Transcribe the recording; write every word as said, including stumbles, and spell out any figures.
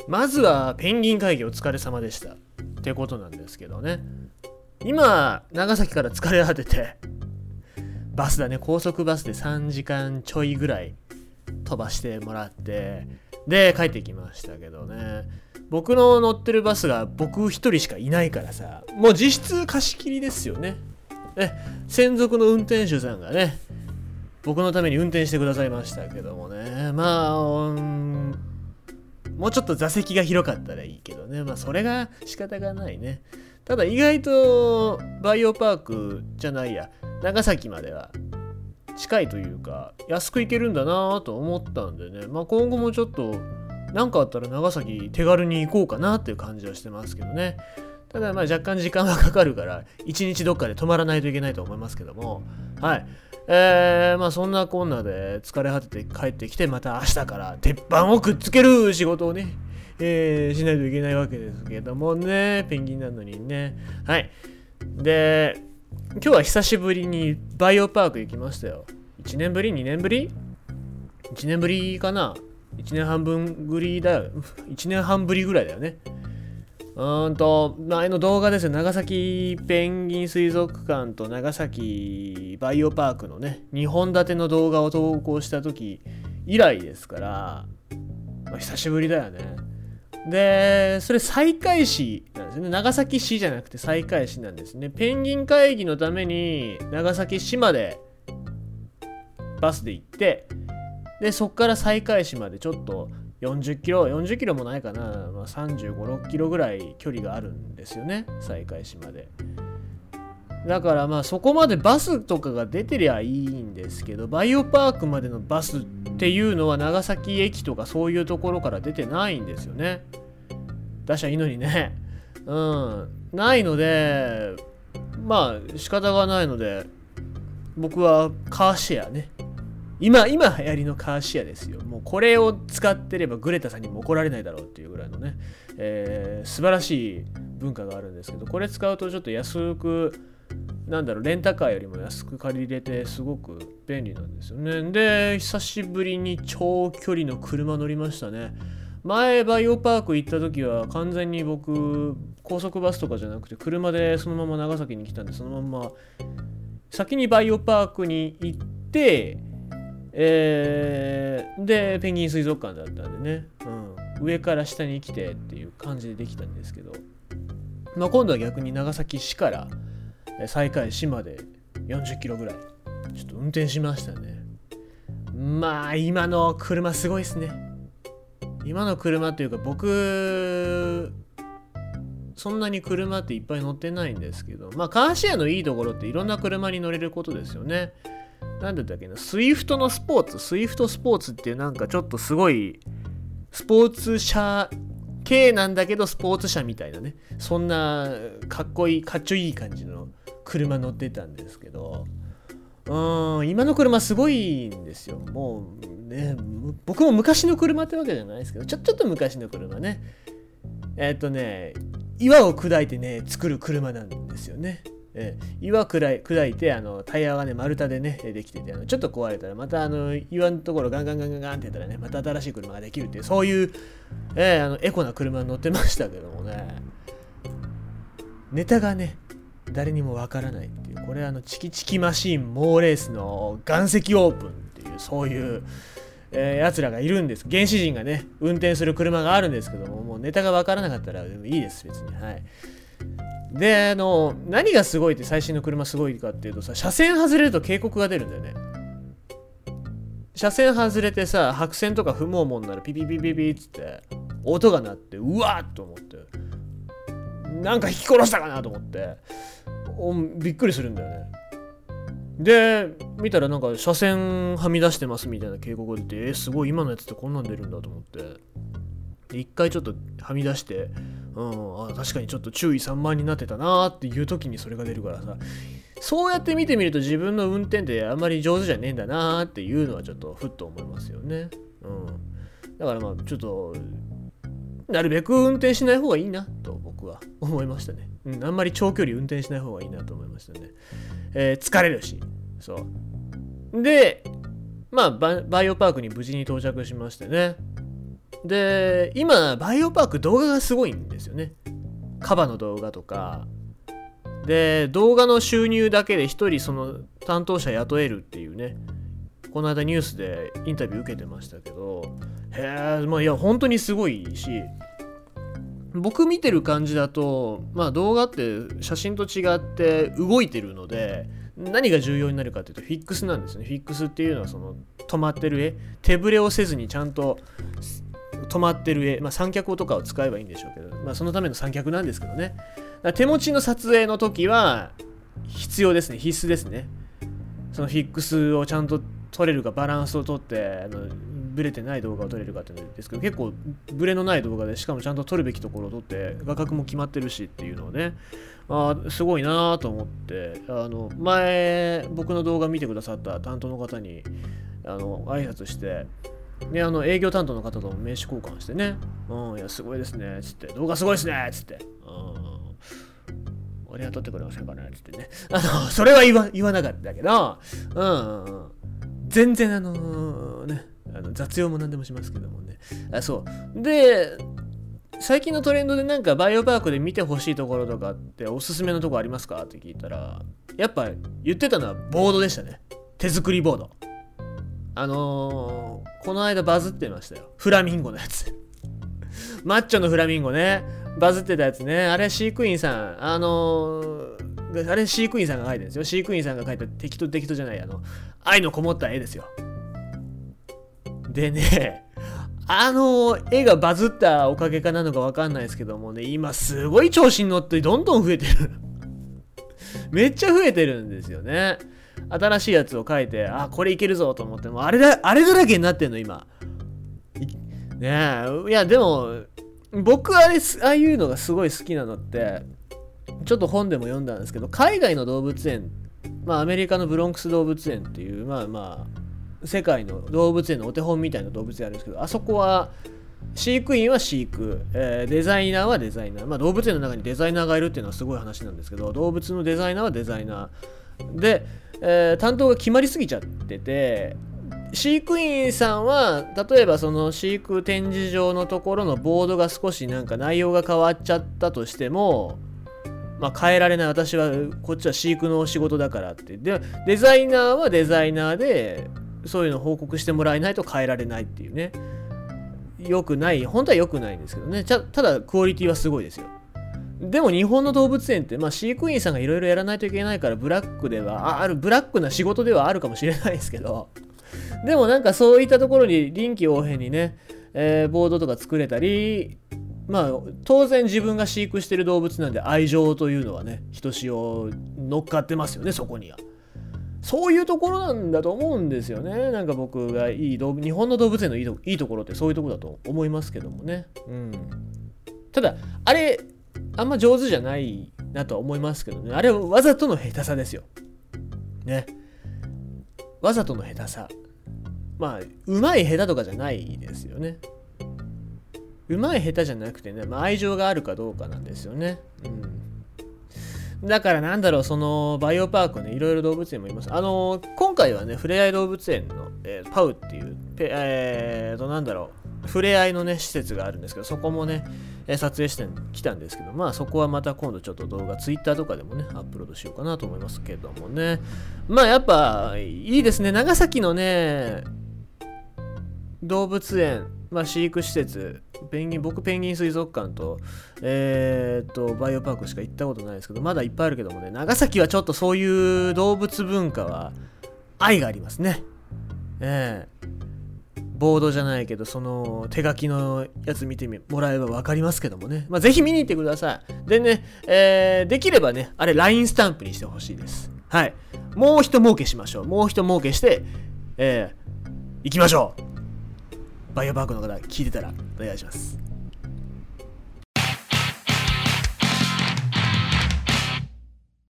まずはペンギン会議お疲れ様でしたってことなんですけどね。今長崎から疲れ果ててバスだね、高速バスでさんじかんちょいぐらい飛ばしてもらってで帰ってきましたけどね。僕の乗ってるバスが僕一人しかいないからさ、もう実質貸し切りですよね。え専属の運転手さんがね僕のために運転してくださいましたけどもね。まあ、うん、もうちょっと座席が広かったらいいけどね。まあそれが仕方がないね。ただ意外とバイオパークじゃないや長崎までは近いというか安く行けるんだなと思ったんでね。まあ今後もちょっとなんかあったら長崎手軽に行こうかなっていう感じはしてますけどね。ただまあ若干時間はかかるから一日どっかで泊まらないといけないと思いますけども、はい。えー、まあそんなこんなで疲れ果てて帰ってきてまた明日から鉄板をくっつける仕事をね、えー、しないといけないわけですけどもね。ペンギンなのにね。はい。で、今日は久しぶりにバイオパーク行きましたよ。いちねんぶり ?に 年ぶり ?いち 年ぶりかな。いちねんはん分ぶりだよ。いちねんはんぶりぐらいだよね。うーんと、前の動画ですよ。長崎ペンギン水族館と長崎バイオパークのね、にほん立ての動画を投稿した時以来ですから、まあ、久しぶりだよね。で、それ再開市なんですね。長崎市じゃなくて再開市なんですね。ペンギン会議のために長崎市までバスで行って、で、そっから再開市までちょっとよんじゅっキロ、よんじゅっキロもないかな、まあ、さんじゅうご、ろっキロぐらい距離があるんですよね、再開市まで。だからまあそこまでバスとかが出てりゃいいんですけど、バイオパークまでのバスっていうのは長崎駅とかそういうところから出てないんですよね。出しゃいいのにね。うん。ないので、まあ仕方がないので、僕はカーシェアね。今、今流行りのカーシェアですよ。もうこれを使ってればグレタさんにも怒られないだろうっていうぐらいのね、えー、素晴らしい文化があるんですけど、これ使うとちょっと安く、なんだろう、レンタカーよりも安く借りれてすごく便利なんですよね。で、久しぶりに長距離の車乗りましたね。前バイオパーク行った時は完全に僕高速バスとかじゃなくて車でそのまま長崎に来たんで、そのまま先にバイオパークに行ってえー、でペンギン水族館だったんでね、うん、上から下に来てっていう感じでできたんですけど、まあ、今度は逆に長崎市から西海市までよんじゅっキロぐらいちょっと運転しましたね。まあ今の車すごいですね。今の車っていうか僕そんなに車っていっぱい乗ってないんですけど、まあカーシェアのいいところっていろんな車に乗れることですよね。なんだったっけな、スイフトのスポーツ、スイフトスポーツっていうなんかちょっとすごいスポーツ車系なんだけどスポーツ車みたいなね、そんなかっこいいかっちょいい感じの車乗ってたんですけど、うーん、今の車すごいんですよ。もうね、僕も昔の車ってわけじゃないですけど、ちょちょっと昔の車ね、えー、っとね岩を砕いてね作る車なんですよね。えー、岩砕い砕いてあのタイヤがね丸太でねできてて、あのちょっと壊れたらまたあの岩のところガンガンガンガンガンってやったらねまた新しい車ができるっていう、そういう、えー、あのエコな車に乗ってましたけどもね、ネタがね誰にもわからないっていう、これあのチキチキマシーンモーレースの岩石オープンっていうそういう、えー、やつらがいるんです。原始人がね運転する車があるんですけども、もうネタがわからなかったらでもいいです別に。はい。で、あの何がすごいって最新の車すごいかっていうとさ、車線外れると警告が出るんだよね。車線外れてさ、白線とか踏もうもんならピピピピピっつって音が鳴って、うわっと思ってなんか引き殺したかなと思ってびっくりするんだよね。で見たらなんか車線はみ出してますみたいな警告が出て、えー、すごい今のやつってこんなん出るんだと思って、一回ちょっとはみ出して、うん、あ確かにちょっと注意散漫になってたなーっていう時にそれが出るからさ、そうやって見てみると自分の運転ってあんまり上手じゃねえんだなーっていうのはちょっとふっと思いますよね。うん、だからまあちょっとなるべく運転しない方がいいなと僕は思いましたね。うん、あんまり長距離運転しない方がいいなと思いましたね。えー、疲れるし、そうでまあバイオパークに無事に到着しましてね。 で今バイオパーク動画がすごいんですよね。カバの動画とかで、動画の収入だけで一人その担当者雇えるっていうね、この間ニュースでインタビュー受けてましたけど、へえ、まあいや本当にすごいし、僕見てる感じだと、まあ動画って写真と違って動いてるので、何が重要になるかというとフィックスなんですね。フィックスっていうのはその止まってる絵、手ブレをせずにちゃんと止まってる絵、まあ三脚とかを使えばいいんでしょうけど、まあそのための三脚なんですけどね。だから手持ちの撮影の時は必要ですね、必須ですね。そのフィックスをちゃんと撮れるか、バランスをとってあのブレてない動画を撮れるかっていうんですけど、結構ブレのない動画で、しかもちゃんと撮るべきところを撮って画角も決まってるしっていうのをね、あすごいなと思って、あの前僕の動画見てくださった担当の方にあの挨拶して、であの営業担当の方とも名刺交換してね、うん、いやすごいですねつって、動画すごいですねつって、うん、俺は撮ってくれませんかねつってね、あのそれは言わ言わなかったけど、うん、うん、全然あのね、あの雑用も何でもしますけどもね、あそうで、最近のトレンドでなんかバイオパークで見てほしいところとかっておすすめのとこありますかって聞いたら、やっぱ言ってたのはボードでしたね。手作りボード。あのー、この間バズってましたよ。フラミンゴのやつ。マッチョのフラミンゴね。バズってたやつね。あれ飼育員さん、あのー、あれ飼育員さんが描いてるんですよ。飼育員さんが描いた適当適当じゃない、あの、愛のこもった絵ですよ。でね、あの絵がバズったおかげかなのかわかんないですけどもね、今すごい調子に乗ってどんどん増えてる。めっちゃ増えてるんですよね。新しいやつを書いて、あ、これいけるぞと思っても、あれだ、あれだらけになってんの今。ねえ、いやでも僕あれああいうのがすごい好きなのって、ちょっと本でも読んだんですけど、海外の動物園、まあアメリカのブロンクス動物園っていう、まあまあ世界の動物園のお手本みたいな動物園あるんですけど、あそこは飼育員は飼育、えー、デザイナーはデザイナー、まあ動物園の中にデザイナーがいるっていうのはすごい話なんですけど、動物のデザイナーはデザイナーで、えー、担当が決まりすぎちゃってて、飼育員さんは例えばその飼育展示場のところのボードが少しなんか内容が変わっちゃったとしても、まあ変えられない、私はこっちは飼育の仕事だからって。でデザイナーはデザイナーでそういうのを報告してもらえないと変えられないっていうね、良くない、本当は良くないんですけどね。ただクオリティはすごいですよ。でも日本の動物園って、まあ、飼育員さんがいろいろやらないといけないから、ブラックではああるブラックな仕事ではあるかもしれないですけど、でもなんかそういったところに臨機応変にね、えー、ボードとか作れたり、まあ当然自分が飼育してる動物なんで愛情というのはね、ひとしお乗っかってますよね、そこには。そういうところなんだと思うんですよね。なんか僕がいい動物、日本の動物園のいいと、いいところってそういうところだと思いますけどもね。うん。ただあれあんま上手じゃないなとは思いますけどね。あれはわざとの下手さですよ。ね。わざとの下手さ。まあ、うまい下手とかじゃないですよね。うまい下手じゃなくてね、まあ、愛情があるかどうかなんですよね。うん。だからなんだろう、そのバイオパークね、いろいろ動物園もいます。あのー、今回はね、ふれあい動物園の、えー、パウっていう、えーと、なんだろう、ふれあいのね、施設があるんですけど、そこもね、撮影してきたんですけど、まあそこはまた今度ちょっと動画ツイッターとかでもねアップロードしようかなと思いますけどもね。まあやっぱいいですね、長崎のね動物園、まあ飼育施設、ペンギン、僕ペンギン水族館とえー、っとバイオパークしか行ったことないですけど、まだいっぱいあるけどもね、長崎はちょっとそういう動物文化は愛がありますね。ええーボードじゃないけど、その手書きのやつ見てもらえば分かりますけどもね。まあ、ぜひ見に行ってください。でね、えー、できればね、あれ ライン スタンプにしてほしいです。はい。もう一儲けしましょう。もう一儲けして、えー、行きましょう。バイオパークの方聞いてたらお願いします。